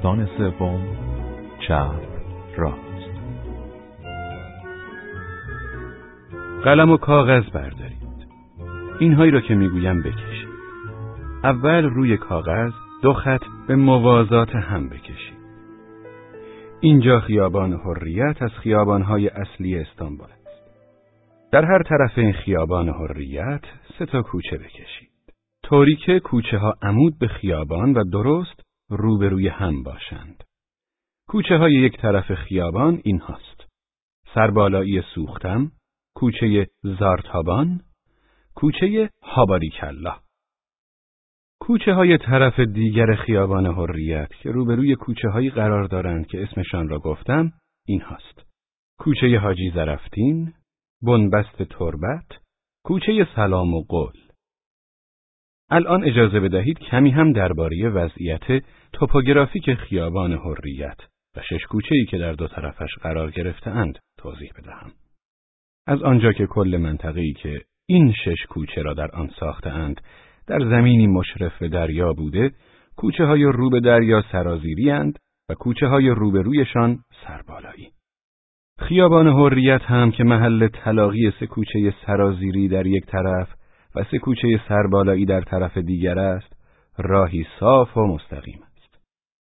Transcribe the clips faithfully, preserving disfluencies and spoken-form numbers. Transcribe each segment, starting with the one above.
داستان سوم، چپ راست. قلم و کاغذ بردارید. اینهایی را که میگویم بکشید. اول روی کاغذ دو خط به موازات هم بکشید. اینجا خیابان حریت از خیابانهای اصلی استانبول است. در هر طرف این خیابان حریت سه تا کوچه بکشید. طوری که کوچه ها عمود به خیابان و درست روبروی هم باشند. کوچه های یک طرف خیابان این هاست: سربالایی سوختم، کوچه زارتابان، کوچه هاباریکلا. کوچه های طرف دیگر خیابان حریت که روبروی کوچه هایی قرار دارند که اسمشان را گفتم این هاست: کوچه حاجی زرفتین، بنبست تربت، کوچه سلام و قول. الان اجازه بدهید کمی هم درباره وضعیت توپوگرافیک خیابان حریت و شش کوچه‌ای که در دو طرفش قرار گرفته‌اند توضیح بدهم. از آنجا که کل منطقه‌ای که این شش کوچه را در آن ساخته‌اند در زمینی مشرف به دریا بوده، کوچه‌های رو به دریا سرازیری‌اند و کوچه‌های روبرویشان سربالایی. خیابان حریت هم که محل تلاقی سه کوچه سرازیری در یک طرف و سه کوچه سربالایی در طرف دیگر است، راهی صاف و مستقیم است.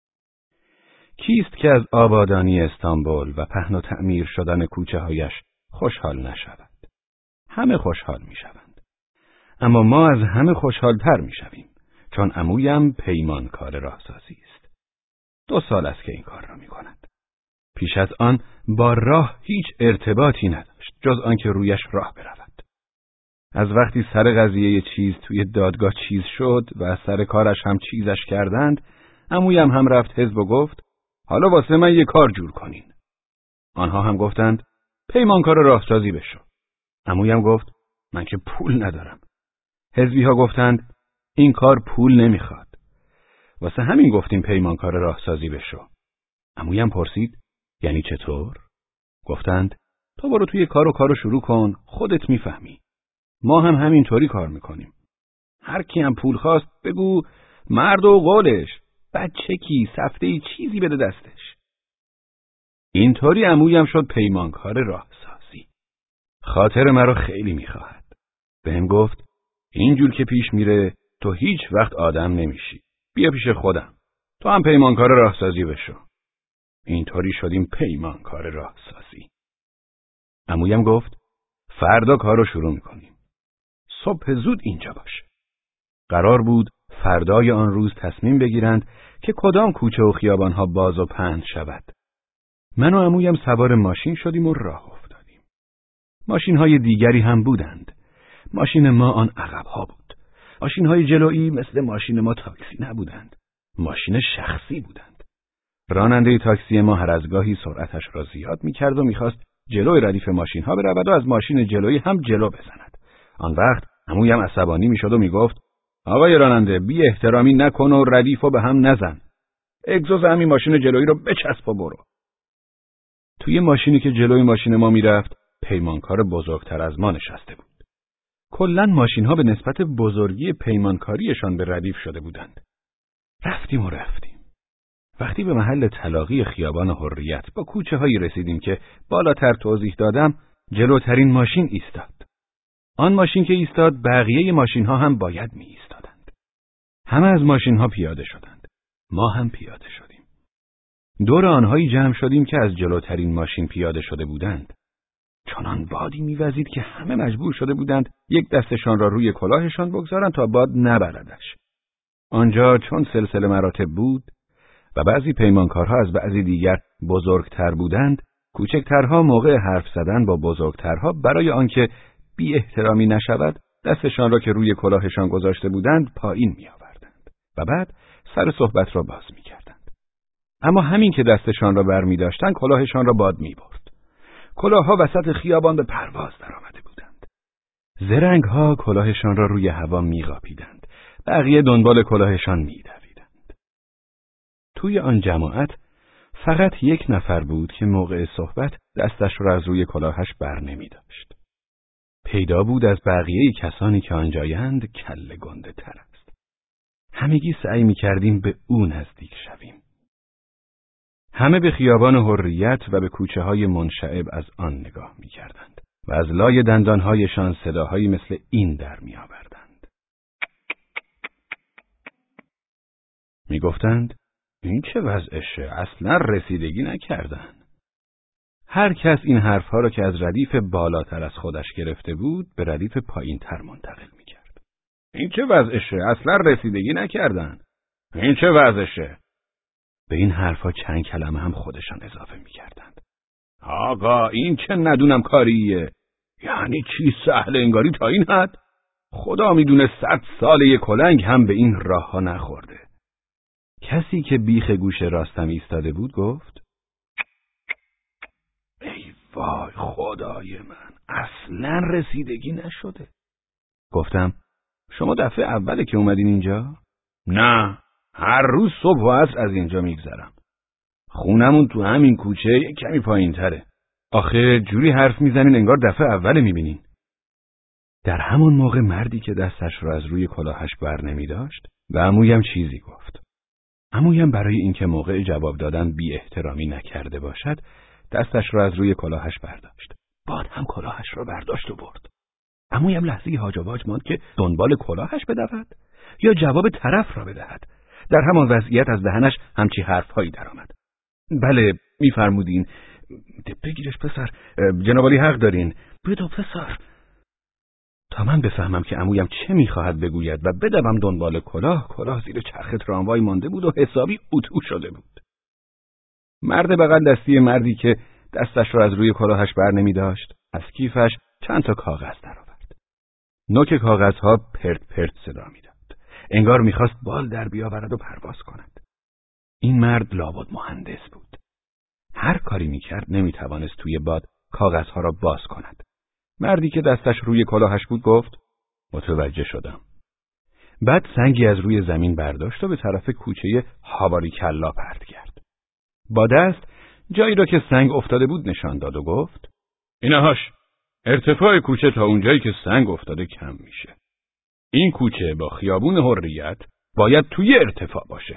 کیست که از آبادانی استانبول و پهن و تعمیر شدن کوچه‌هایش خوشحال نشود؟ همه خوشحال می‌شوند. اما ما از همه خوشحال‌تر می‌شویم، چون عمویم پیمانکار راهسازی است. دو سال است که این کار را می‌کند. پیش از آن با راه هیچ ارتباطی نداشت جز آنکه رویش راه برود. از وقتی سر قضیه چیز توی دادگاه چیز شد و از سر کارش هم چیزش کردند، عمویم هم رفت حزب و گفت حالا واسه من یه کار جور کنین. آنها هم گفتند پیمانکار راهسازی بشو. عمویم گفت من که پول ندارم. حزبی ها گفتند این کار پول نمیخواد. واسه همین گفتیم پیمانکار راهسازی بشو. عمویم پرسید یعنی چطور؟ گفتند تو برو توی کارو کارو شروع کن، خودت میفهمی. ما هم همینطوری کار میکنیم. هر کی هم پول خواست بگو مرد و قولش، بچه کی سفته چیزی بده دستش. اینطوری عمویم شد پیمانکار راهسازی. خاطر مرا خیلی میخواهد. بهم گفت اینجور که پیش میره تو هیچ وقت آدم نمیشی. بیا پیش خودم. تو هم پیمانکار راهسازی بشو. اینطوری شدیم پیمانکار راهسازی. عمویم گفت فردا کارو شروع میکنیم. صبح زود اینجا باش. قرار بود فردای آن روز تصمیم بگیرند که کدام کوچه و خیابانها باز و پهن شود. من و عمویم سوار ماشین شدیم و راه افتادیم. ماشین‌های دیگری هم بودند. ماشین ما آن عقب‌ها بود. ماشین‌های جلویی مثل ماشین ما تاکسی نبودند. ماشین شخصی بودند. راننده تاکسی ما هر از گاهی سرعتش را زیاد می‌کرد و می‌خواست جلوی ردیف ماشین‌ها برود و از ماشین جلویی هم جلو بزند. آن وقت عمویم عصبانی می‌شد و می‌گفت آقای راننده بی احترامی نکن و ردیفو به هم نزن. اگزوز همین ماشین جلویی رو بچسب و برو. توی ماشینی که جلوی ماشین ما میرفت پیمانکار بزرگتر از ما نشسته بود. کلاً ماشین‌ها به نسبت بزرگی پیمانکاریشان به ردیف شده بودند. رفتیم و رفتیم. وقتی به محل تلاقی خیابان حریت با کوچه‌هایی رسیدیم که بالاتر توضیح دادم، جلوترین ماشین ایستاد. آن ماشین که ایستاد بقیه ماشین‌ها هم باید می ایستادند. همه از ماشین‌ها پیاده شدند. ما هم پیاده شدیم. دور آنهایی جمع شدیم که از جلوترین ماشین پیاده شده بودند. چنان بادی می‌وزید که همه مجبور شده بودند یک دستشان را روی کلاهشان بگذارند تا باد نبردش. آنجا چون سلسله مراتب بود و بعضی پیمانکارها از بعضی دیگر بزرگتر بودند، کوچکترها موقع حرف زدن با بزرگترها برای آنکه بی احترامی نشود دستشان را که روی کلاهشان گذاشته بودند پایین می آوردند و بعد سر صحبت را باز می کردند. اما همین که دستشان را بر می داشتند کلاهشان را باد می برد. کلاهها وسط خیابان به پرواز در آمده بودند. زرنگها کلاهشان را روی هوا می غاپیدند. بقیه دنبال کلاهشان می دویدند. توی آن جماعت فقط یک نفر بود که موقع صحبت دستش را از روی کلاهش بر نمی داشت. پیدا بود از بقیه کسانی که آنجایند کله گنده تر است. همگی سعی می کردیم به او نزدیک شویم. همه به خیابان حریت و به کوچه های منشعب از آن نگاه می کردند و از لای دندانهایشان صداهایی مثل این در می آوردند. می گفتند این چه وضعشه؟ اصلا رسیدگی نکردن. هر کس این حرفها را که از ردیف بالاتر از خودش گرفته بود به ردیف پایین تر منتقل می کرد. این چه وضعشه؟ اصلا رسیدگی نکردن. این چه وضعشه؟ به این حرفها چند کلمه هم خودشان اضافه می کردند. آقا این چه ندونم کاریه؟ یعنی چی سهل انگاری تا این حد؟ خدا میدونه صد سال یک کلنگ هم به این راه ها نخورده. کسی که بیخ گوش راستم ایستاده بود گفت ای وای خدای من، اصلا رسیدگی نشده. گفتم شما دفعه اوله که اومدین اینجا؟ نه، هر روز صبح و عصر از اینجا میگذرم. خونمون تو همین کوچه یک کمی پایین تره. آخه جوری حرف میزنین انگار دفعه اوله میبینین. در همون موقع مردی که دستش را از روی کلاهش بر نمی داشت و عمویم چیزی گفت. عمویم برای اینکه موقع جواب دادن بی احترامی نکرده باشد دستش را از روی کلاهش برداشت. بعد هم کلاهش را برداشت و برد. عمویم لحظه‌ای هاج و واج ماند که دنبال کلاهش بدود یا جواب طرف را بدهد. در همان وضعیت از دهنش همچی حرفهایی درآمد. بله میفرمودین، بگیرش پسر، جناب عالی حق دارین، بدو پسر. تا من بفهمم که عمویم چه میخواهد بگوید و بدوم دنبال کلاه، کلاه زیر چرخ تراموای مانده بود و حسابی اتو شده بود. مرد بغل دستی مردی که دستش را از روی کلاهش بر نمی داشت از کیفش چند تا کاغذ درآورد. نوک کاغذها پرت پرت صدا میداد. انگار میخواست بال در بیاورد و پرواز کند. این مرد لابد مهندس بود. هر کاری میکرد نمیتوانست توی باد کاغذها را باز کند. مردی که دستش روی کلاهش بود گفت متوجه شدم. بعد سنگی از روی زمین برداشت و به طرف کوچه هاواری کلا پرت کرد. با دست جایی را که سنگ افتاده بود نشان داد و گفت اینهاش، ارتفاع کوچه تا اونجایی که سنگ افتاده کم میشه. این کوچه با خیابون حریت باید توی ارتفاع باشه.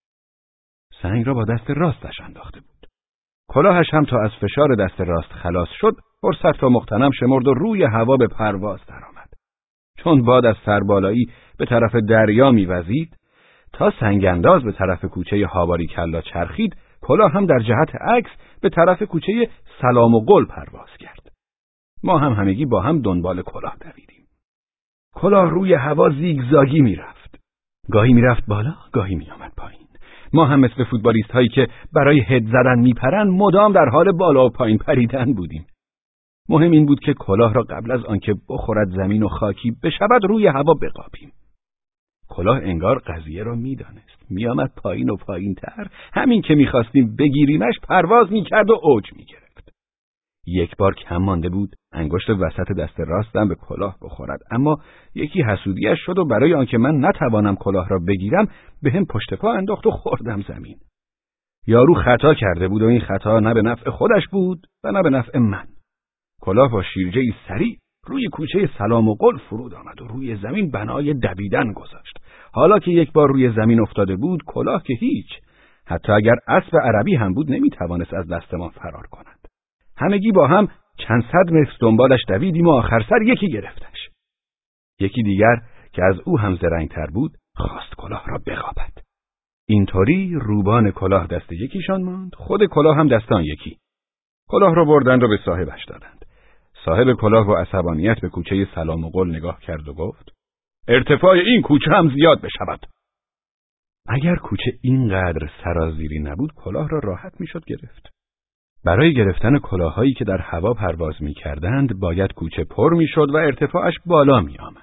سنگ را با دست راستش انداخته بود. کلاهش هم تا از فشار دست راست خلاص شد، فرصت را مغتنم شمرد و روی هوا به پرواز درآمد. چون باد از سربالایی به طرف دریا میوزید، تا سنگ انداز به طرف کوچه هاواری کلا چرخید، کلاه هم در جهت عکس به طرف کوچه سلام و قل پرواز کرد. ما هم همگی با هم دنبال کلاه دویدیم. کلاه روی هوا زیگزاگی میرفت. گاهی میرفت بالا، گاهی میآمد پایین. ما هم مثل فوتبالیست هایی که برای هد زدن میپرن مدام در حال بالا و پایین پریدن بودیم. مهم این بود که کلاه را قبل از آنکه بخورد زمین و خاکی بشود روی هوا بقاپیم. کلاه انگار قضیه را میدانست. میآمد پایین و پایین تر، همین که میخواستیم بگیریمش پرواز میکرد و اوج میگرفت. یک بار کم مانده بود انگشت وسط دست راستم به کلاه بخورد، اما یکی حسودیش شد و برای آنکه من نتوانم کلاه را بگیرم به هم پشت پا انداخت و خوردم زمین. یارو خطا کرده بود و این خطا نه به نفع خودش بود و نه به نفع من. کلاه با شیرجه‌ای سریع روی کوچه سلام و قل فرود آمد و روی زمین بنای دویدن گذاشت. حالا که یک بار روی زمین افتاده بود، کلاه که هیچ، حتی اگر اسب عربی هم بود نمیتوانست از دست ما فرار کند. همگی با هم چند صد متر دنبالش دویدیم و آخر سر یکی گرفتش. یکی دیگر که از او هم زرنگ‌تر بود خواست کلاه را بقاپد. اینطوری روبان کلاه دست یکیشان ماند، خود کلاه هم دستان یکی. کلاه را بردند و به صاحبش دادند. صاحب کلاه با عصبانیت به کوچه سلام و قل نگاه کرد و گفت ارتفاع این کوچه هم زیاد بشود. اگر کوچه اینقدر سرازیری نبود کلاه را راحت میشد گرفت. برای گرفتن کلاهایی که در هوا پرواز می‌کردند باید کوچه پر می‌شد و ارتفاعش بالا می‌آمد.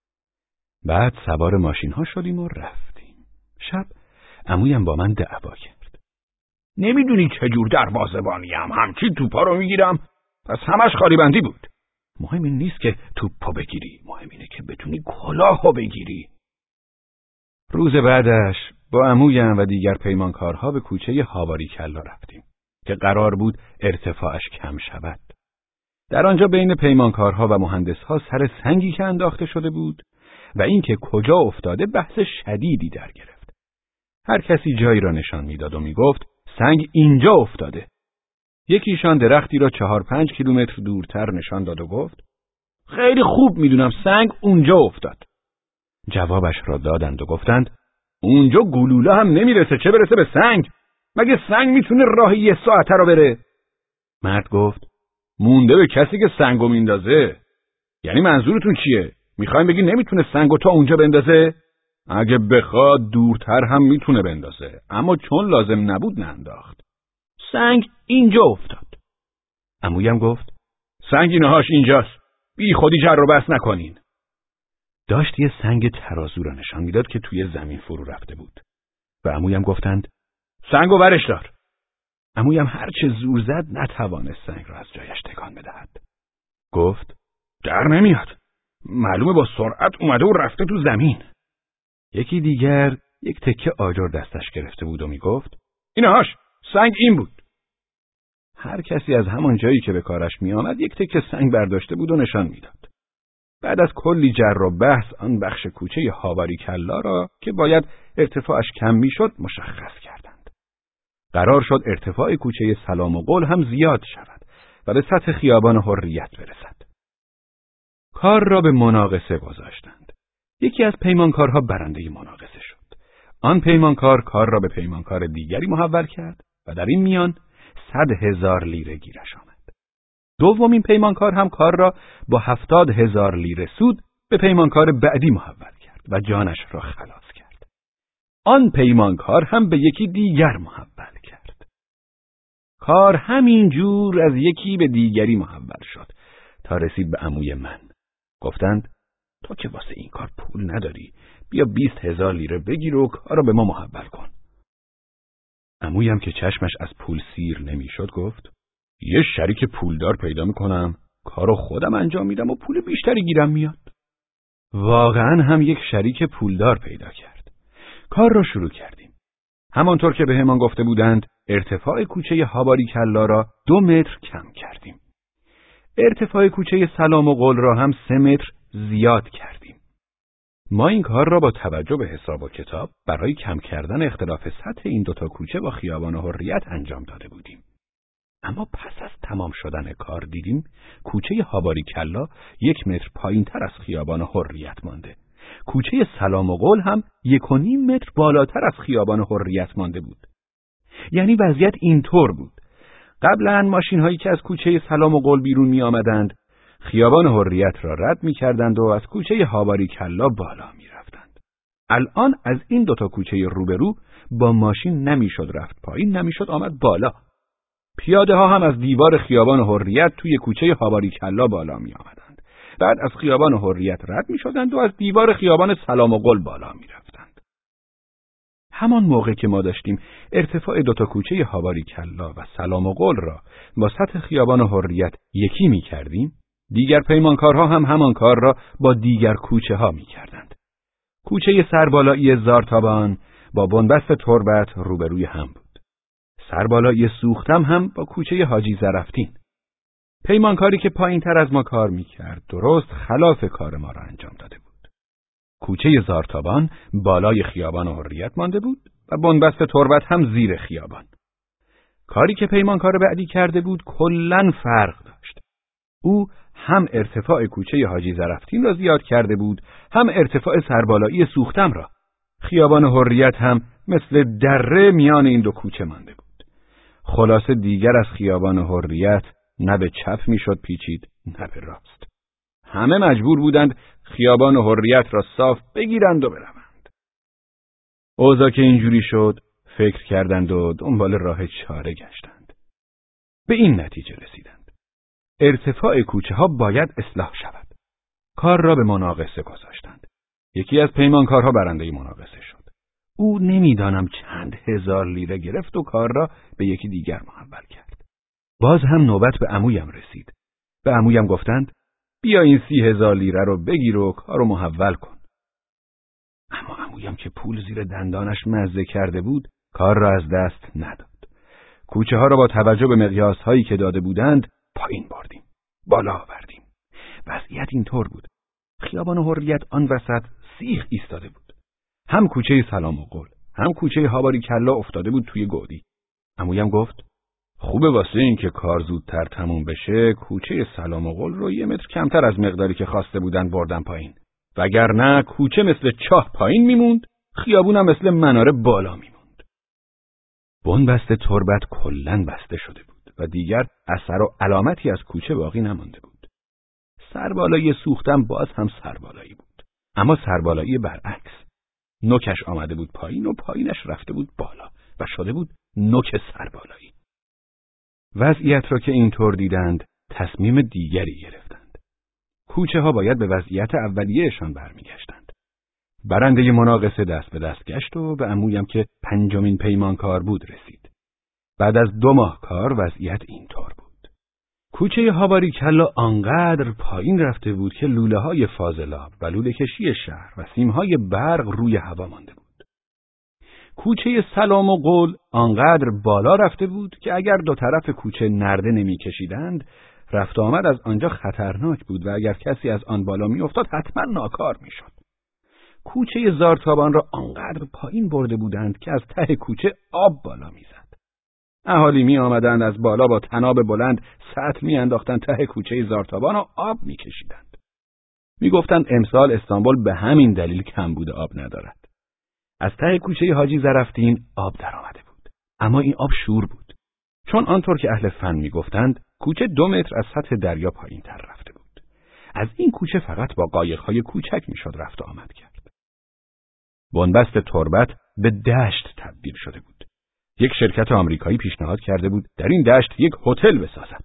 بعد سوار ماشین‌ها شدیم و رفتیم. شب عمویم با من دعوا کرد. نمیدونی چجور دروازه‌بانیم، همچین توپا رو میگیرم، پس همش خالی بندی بود. مهم این نیست که توپو بگیری، مهم اینه که بتونی کلاهو بگیری. روز بعدش با عمویم و دیگر پیمانکارها به کوچه هاواری کلا رفتیم که قرار بود ارتفاعش کم شود. در آنجا بین پیمانکارها و مهندسها سر سنگی که انداخته شده بود و اینکه کجا افتاده بحث شدیدی در گرفت. هر کسی جایی را نشان میداد و میگفت سنگ اینجا افتاده. یکیشان درختی را چهار پنج کیلومتر دورتر نشان داد و گفت خیلی خوب میدونم سنگ اونجا افتاد. جوابش را دادند و گفتند اونجا گلوله هم نمیرسه، چه برسه به سنگ؟ مگه سنگ میتونه راه یه ساعته را بره؟ مرد گفت مونده به کسی که سنگو میندازه. یعنی منظورتون چیه؟ میخواین بگی نمیتونه سنگو تا اونجا بندازه؟ اگه بخواد دورتر هم میتونه بندازه، اما چون لازم نبود ننداخت. سنگ اینجا افتاد. عمویم گفت سنگ اینهاش اینجاست، بی خودی جر و بحث نکنین. داشت یه سنگ ترازو را نشان میداد که توی زمین فرو رفته بود. و عمویم گفتند سنگو برش دار. عمویم هرچه زور زد نتوانست سنگ را از جایش تکان بدهد. گفت در نمیاد، معلومه با سرعت اومده و رفته تو زمین. یکی دیگر یک تکه آجر دستش گرفته بود و میگفت اینهاش، سنگ این بود. هر کسی از همان جایی که به کارش می آمد یک تکه سنگ برداشته بود و نشان میداد. بعد از کلی جر و بحث آن بخش کوچه هاواری کلا را که باید ارتفاعش کم میشد مشخص کردند. قرار شد ارتفاع کوچه سلام و قول هم زیاد شود و به سطح خیابان حریت برسد. کار را به مناقصه گذاشتند. یکی از پیمانکارها برنده مناقصه شد. آن پیمانکار کار را به پیمانکار دیگری محول کرد و در این میان صد هزار لیره گیرش آمد. دومین پیمانکار هم کار را با هفتاد هزار لیره سود به پیمانکار بعدی محول کرد و جانش را خلاص کرد. آن پیمانکار هم به یکی دیگر محول کرد. کار همین جور از یکی به دیگری محول شد تا رسید به عموی من. گفتند تو که واسه این کار پول نداری، بیا بیست هزار لیره بگیر و کار را به ما محول کن. عمویم که چشمش از پول سیر نمیشد گفت یه شریک پولدار پیدا میکنم، کارو خودم انجام میدم و پول بیشتری گیرم میاد. واقعا هم یک شریک پولدار پیدا کرد. کار را شروع کردیم. همانطور که بهمان گفته بودند ارتفاع کوچه هاواری کلا را دو متر کم کردیم. ارتفاع کوچه سلام و قول را هم سه متر زیاد کردیم. ما این کار را با توجه به حساب و کتاب برای کم کردن اختلاف سطح این دوتا کوچه با خیابان حریت انجام داده بودیم. اما پس از تمام شدن کار دیدیم کوچه هاواری کلا یک متر پایین تر از خیابان حریت مانده. کوچه سلام و قول هم یک و نیم متر بالاتر از خیابان حریت مانده بود. یعنی وضعیت اینطور بود: قبلا ماشین هایی که از کوچه سلام و قول بیرون می آمدند خیابان حریت را رد می کردند و از کوچه هاواری کلا بالا می رفتند. الان از این دوتا کوچه روبرو با ماشین نمی شد رفت پایین، نمی شد آمد بالا. پیاده ها هم از دیوار خیابان حریت توی کوچه هاواری کلا بالا می آمدند. بعد از خیابان حریت رد می شدند و از دیوار خیابان سلام و قول بالا می رفتند. همان موقع که ما داشتیم ارتفاع دوتا کوچه هاواری کلا و سلام و قول را با سطح خیابان حریت یکی می کردیم، دیگر پیمانکارها هم همان کار را با دیگر کوچه ها می کردند. کوچه سربالایی زارتابان با بنبست تربت روبروی هم بود. سربالایی سوختم هم با کوچه حاجی زرفتین. پیمانکاری که پایین تر از ما کار می کرد درست خلاف کار ما را انجام داده بود. کوچه زارتابان بالای خیابان حریت مانده بود و بنبست تربت هم زیر خیابان. کاری که پیمانکار بعدی کرده بود کلاً فرق داشت. او هم ارتفاع کوچه حاجی زرفتین را زیاد کرده بود، هم ارتفاع سربالایی سوختم را. خیابان حریت هم مثل دره میان این دو کوچه مانده بود. خلاصه دیگر از خیابان حریت نه به چپ میشد پیچید نه به راست. همه مجبور بودند خیابان حریت را صاف بگیرند و بروند. اوضاع که اینجوری شد فکر کردند و دنبال راه چاره گشتند. به این نتیجه رسیدند: ارتفاع کوچه ها باید اصلاح شود. کار را به مناقصه گذاشتند. یکی از پیمانکارها برنده مناقصه شد. او نمیدانم چند هزار لیره گرفت و کار را به یکی دیگر محول کرد. باز هم نوبت به عمویم رسید. به عمویم گفتند بیا این سی هزار لیره رو بگیر و کار رو محول کن. اما عمویم که پول زیر دندانش مزه کرده بود کار را از دست نداد. کوچه ها را با توجه به مقیاس هایی که داده بودند پایین بردیم، بالا آوردیم. وضعیت اینطور بود: خیابان حریت آن وسط سیخ ایستاده بود. هم کوچه سلام و قول هم کوچه هاواری کلا افتاده بود توی گودی. عمویم گفت خوبه واسه این که کار زودتر تموم بشه کوچه سلام و قول رو یه متر کمتر از مقداری که خواسته بودن بردن پایین. وگرنه کوچه مثل چاه پایین میموند، خیابونم مثل مناره بالا میموند. بنبست تربت کلاً بسته شده بود و دیگر اثر و علامتی از کوچه باقی نمانده بود. سربالایی سوختم باز هم سربالایی بود، اما سربالایی برعکس. نوکش آمده بود پایین و پایینش رفته بود بالا و شده بود نوک سربالایی. وضعیت را که اینطور دیدند تصمیم دیگری گرفتند. کوچه ها باید به وضعیت اولیه‌شان برمیگشتند. برنده مناقصه دست به دست گشت و به عمویم که پنجمین پیمانکار بود رسید. بعد از دو ماه کار وضعیت اینطور بود. کوچه هاباری کلا آنقدر پایین رفته بود که لوله های فاضلاب و لوله کشی شهر و سیمهای برق روی هوا مانده بود. کوچه سلام و قول آنقدر بالا رفته بود که اگر دو طرف کوچه نرده نمی کشیدند، رفت آمد از آنجا خطرناک بود و اگر کسی از آن بالا می افتاد حتما ناکار می شد. کوچه زارتابان را آنقدر پایین برده بودند که از ته کوچه آب بالا می زد. اهالی می آمدند از بالا با طناب بلند سطل می انداختند ته کوچه زارتابان و آب می کشیدند. می گفتند امسال استانبول به همین دلیل کمبود آب ندارد. از ته کوچه حاجی زرفتین آب در آمده بود، اما این آب شور بود، چون آنطور که اهل فن می گفتند کوچه دو متر از سطح دریا پایین تر رفته بود. از این کوچه فقط با قایق‌های کوچک می شد رفت آمد کرد. بنبست تربت به دشت تبدیل شده بود. یک شرکت آمریکایی پیشنهاد کرده بود در این دشت یک هتل بسازد.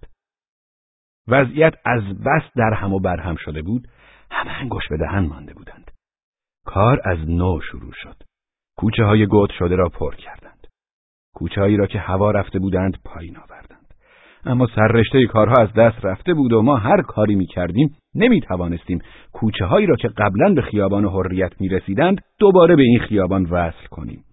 وضعیت از بس در هم و بر هم شده بود، همه انگشت به دهن مانده بودند. کار از نو شروع شد. کوچه های گود شده را پر کردند. کوچه هایی را که هوا رفته بودند پایین آوردند. اما سررشته کارها از دست رفته بود و ما هر کاری می کردیم نمی توانستیم کوچه هایی را که قبلا به خیابان حریت می رسیدند دوباره به این خیابان وصل کنیم.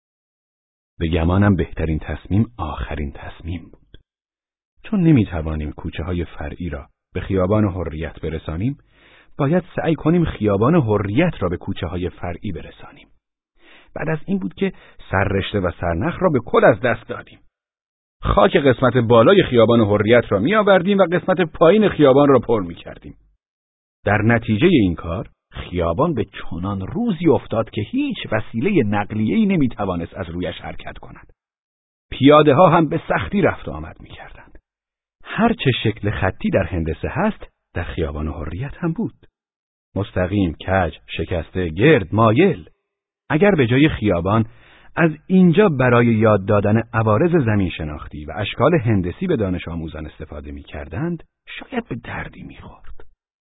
به گمانم بهترین تصمیم آخرین تصمیم بود. چون نمی توانیم کوچه های فرعی را به خیابان حریت برسانیم، باید سعی کنیم خیابان حریت را به کوچه های فرعی برسانیم. بعد از این بود که سررشته و سرنخ را به کل از دست دادیم. خاک قسمت بالای خیابان حریت را می آوردیم و قسمت پایین خیابان را پر می کردیم. در نتیجه این کار خیابان به چنان روزی افتاد که هیچ وسیله نقلیه‌ای نمی توانست از رویش حرکت کند. پیاده ها هم به سختی رفت و آمد می کردند. هر چه شکل خطی در هندسه هست در خیابان حریت هم بود. مستقیم، کج، شکسته، گرد، مایل. اگر به جای خیابان از اینجا برای یاد دادن عوارض زمین شناختی و اشکال هندسی به دانش آموزان استفاده می کردند، شاید به دردی می خورد.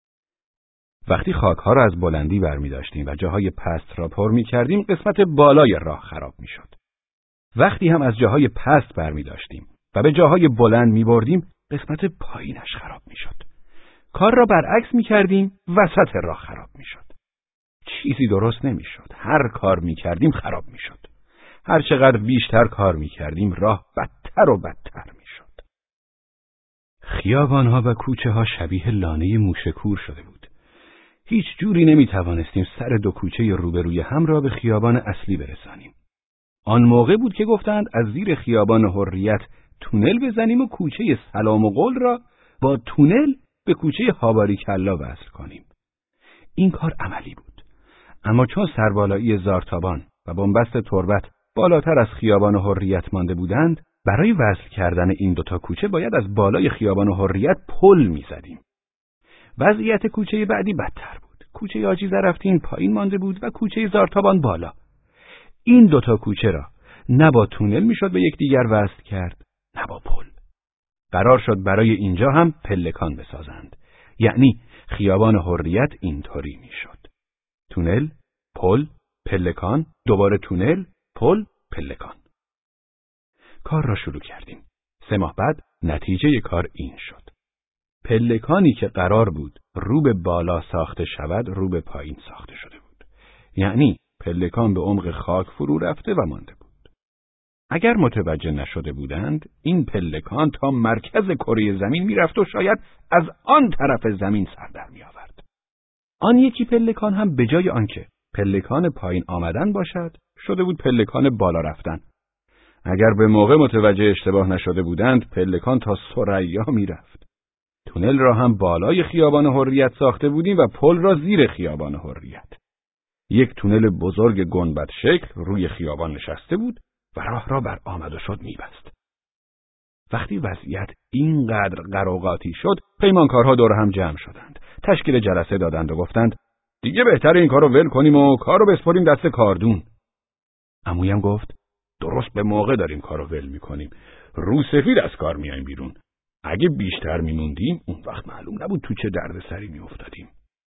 وقتی خاکها را از بلندی برمی داشتیم و جاهای پست را پر می کردیم، قسمت بالای راه خراب می شد. وقتی هم از جاهای پست برمی داشتیم و به جاهای بلند می بردیم، قسمت پایینش خراب می شد. کار را برعکس می کردیم، وسط راه خراب می شد. چیزی درست نمی شد. هر کار می کردیم خراب می شد. هر چقدر بیشتر کار می کردیم راه بدتر و بدتر می شد. خیابانها و کوچه ها شبیه لانه موشکور شده بود. هیچ جوری نمی توانستیم سر دو کوچه روبروی هم را به خیابان اصلی برسانیم. آن موقع بود که گفتند از زیر خیابان حریت تونل بزنیم و کوچه سلام و قول را با تونل به کوچه هاباری کلا وصل کنیم. این کار عملی بود. اما چون سربالایی زارتابان و بنبست تربت بالاتر از خیابان حریت مانده بودند، برای وصل کردن این دوتا کوچه باید از بالای خیابان حریت پل می‌زدیم. وضعیت کوچه بعدی بدتر بود. کوچه حاجی زرفتین پایین مانده بود و کوچه زارتابان بالا. این دوتا کوچه را نه با تونل میشد به یکدیگر وصل کرد، نه با پل. قرار شد برای اینجا هم پلکان بسازند. یعنی خیابان حریت اینطوری میشد: تونل، پل، پلکان، دوباره تونل، پل، پلکان. کار را شروع کردیم. سه ماه بعد نتیجه کار این شد: پلکانی که قرار بود رو به بالا ساخته شود، رو به پایین ساخته شده بود. یعنی پلکان به عمق خاک فرو رفته و مانده بود. اگر متوجه نشده بودند، این پلکان تا مرکز کره زمین میرفت و شاید از آن طرف زمین سر در می آورد. آن یکی پلکان هم به جای آنکه پلکان پایین آمدن باشد، شده بود پلکان بالا رفتن. اگر به موقع متوجه اشتباه نشده بودند، پلکان تا ثریا میرفت. تونل را هم بالای خیابان حریت ساخته بودیم و پل را زیر خیابان حریت. یک تونل بزرگ گنبد شکل روی خیابان نشسته بود و راه را بر آمد و شد می‌بست. وقتی وضعیت اینقدر قراقاتی شد، پیمانکارها دور هم جمع شدند. تشکیل جلسه دادند و گفتند دیگه بهتر این کارو ول کنیم و کارو بسپاریم دست کاردون. عمویم گفت درست به موقع داریم کارو ول میکنیم. رو سفید از کار میایم بیرون. اگه بیشتر میموندیم اون وقت معلوم نبود تو چه دردسری میافتادیم.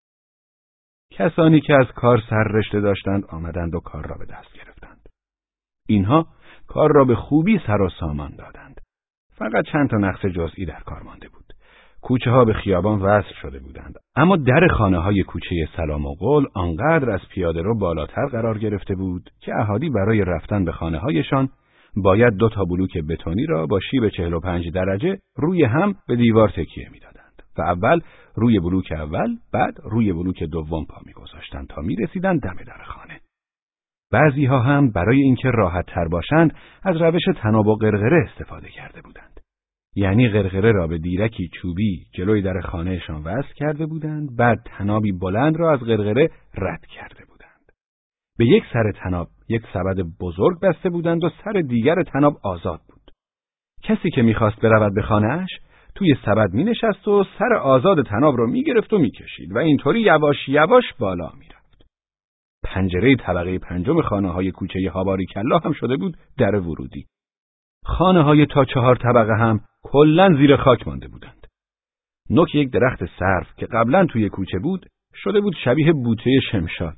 کسانی که از کار سررشته داشتند آمدند و کار را به دست گرفتند. اینها کار را به خوبی سر و سامان دادند. فقط چند تا نقص جزئی در کار مانده بود. کوچه ها به خیابان وصل شده بودند، اما در خانه های کوچه سلام و قول آنقدر از پیاده رو بالاتر قرار گرفته بود که اهالی برای رفتن به خانه هایشان باید دو تا بلوک بتونی را با شیب چهل و پنج درجه روی هم به دیوار تکیه میدادند و اول روی بلوک اول، بعد روی بلوک دوم پا میگذاشتند تا میرسیدند دم در خانه. بعضی ها هم برای اینکه راحت تر باشند از روش طناب و قرقره استفاده کرده بودند. یعنی قرقره را به دیرکی چوبی جلوی در خانهشان وصل کرده بودند، بعد طنابی بلند را از قرقره رد کرده بودند. به یک سر طناب یک سبد بزرگ بسته بودند و سر دیگر طناب آزاد بود. کسی که میخواست برود به خانه‌اش توی سبد مینشست و سر آزاد طناب را میگرفت و میکشید و اینطوری یواش یواش بالا میرفت. پنجره طبقه پنجم خانه‌های کوچه هاباری کلا هم شده بود در ورودی. خانه‌های تا چهار طبقه هم کلاً زیر خاک مانده بودند. نوک یک درخت سرو که قبلاً توی کوچه بود شده بود شبیه بوته شمشاد.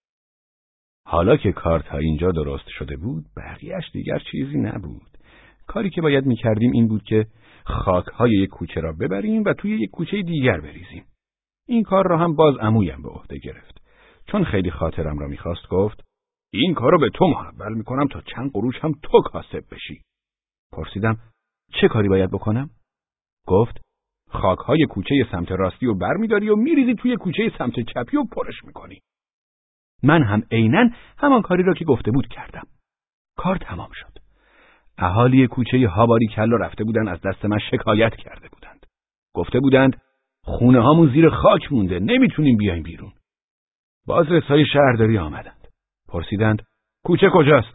حالا که کار تا اینجا درست شده بود، بقیه‌اش دیگر چیزی نبود. کاری که باید می‌کردیم این بود که خاک‌های یک کوچه را ببریم و توی یک کوچه دیگر بریزیم. این کار را هم باز عمویم به عهده گرفت. چون خیلی خاطرم را می‌خواست گفت این کارو به تو محول می‌کنم تا چند قروش هم تو کاسب بشی. پرسیدم چه کاری باید بکنم؟ گفت خاک‌های کوچه سمت راستی رو برمی‌داری و می‌ریزی توی کوچه سمت چپی و پرش می‌کنی. من هم عیناً همان کاری را که گفته بود کردم. کار تمام شد. اهالی کوچه هاباری کلا رفته بودند از دست من شکایت کرده بودند. گفته بودند خونه هامون زیر خاک مونده، نمیتونیم بیایم بیرون. بازرسای شهرداری آمدند. پرسیدند کوچه کجاست؟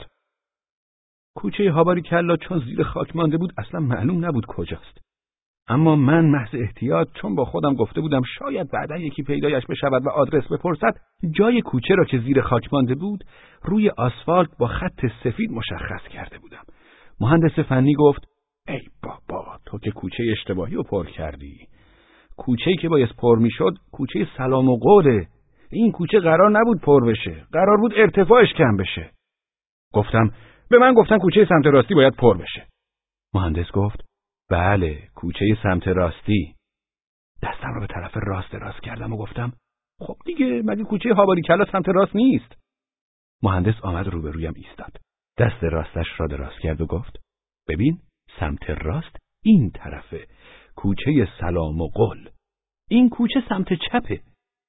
کوچه هاباری کلا چون زیر خاک مانده بود اصلا معلوم نبود کجاست. اما من محض احتیاط چون با خودم گفته بودم شاید بعدا یکی پیدایش بشود و آدرس بپرسد، جای کوچه را که زیر خاک مانده بود روی آسفالت با خط سفید مشخص کرده بودم. مهندس فنی گفت ای بابا تو که کوچه اشتباهی رو پر کردی. کوچه‌ای که باید پر میشد کوچه سلام و قوله. این کوچه قرار نبود پر بشه، قرار بود ارتفاعش کم بشه. گفتم به من گفتن کوچه سمت راستی باید پر بشه. مهندس گفت بله کوچه سمت راستی. دستم رو به طرف راست دراز کردم و گفتم خب دیگه مگه کوچه هاباری کلا سمت راست نیست؟ مهندس آمد روبرویم ایستاد. دست راستش را دراز کرد و گفت ببین سمت راست این طرفه، کوچه سلام و قل. این کوچه سمت چپه.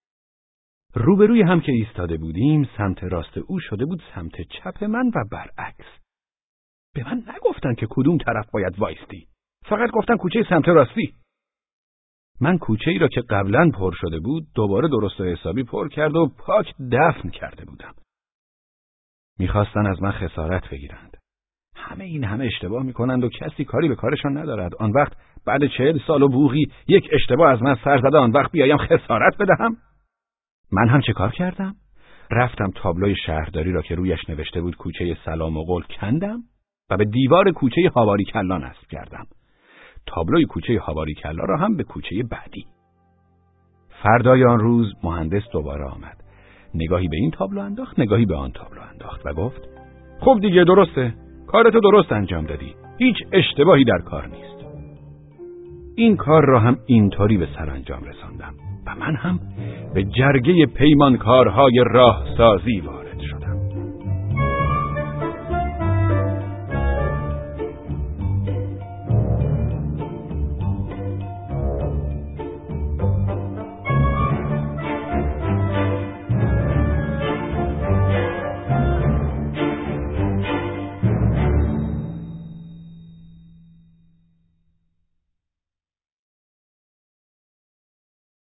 روبروی هم که ایستاده بودیم سمت راست او شده بود سمت چپ من و برعکس. به من نگفتن که کدوم طرف باید وایستی، فقط گفتن کوچه سمت راستی. من کوچه ای را که قبلا پر شده بود دوباره درست و حسابی پر کرد و پاک دفن کرده بودم. میخواستن از من خسارت بگیرند. همه این همه اشتباه میکنند و کسی کاری به کارشان ندارد. آن وقت بعد چهل سال و بوغی یک اشتباه از من سر زده آن وقت بیایم خسارت بدهم؟ من هم چه کار کردم؟ رفتم تابلوی شهرداری را که رویش نوشته بود کوچه سلام و قول کندم و به دیوار کوچه هاباری کلا نصب کردم. تابلوی کوچه هاباری کلا را هم به کوچه بعدی. فردای آن روز مهندس دوباره آمد. نگاهی به این تابلو انداخت، نگاهی به آن تابلو انداخت و گفت خب دیگه درسته، کارتو درست انجام دادی، هیچ اشتباهی در کار نیست. این کار را هم اینطوری به سرانجام رساندم و من هم به جرگه پیمانکارهای راهسازی وارد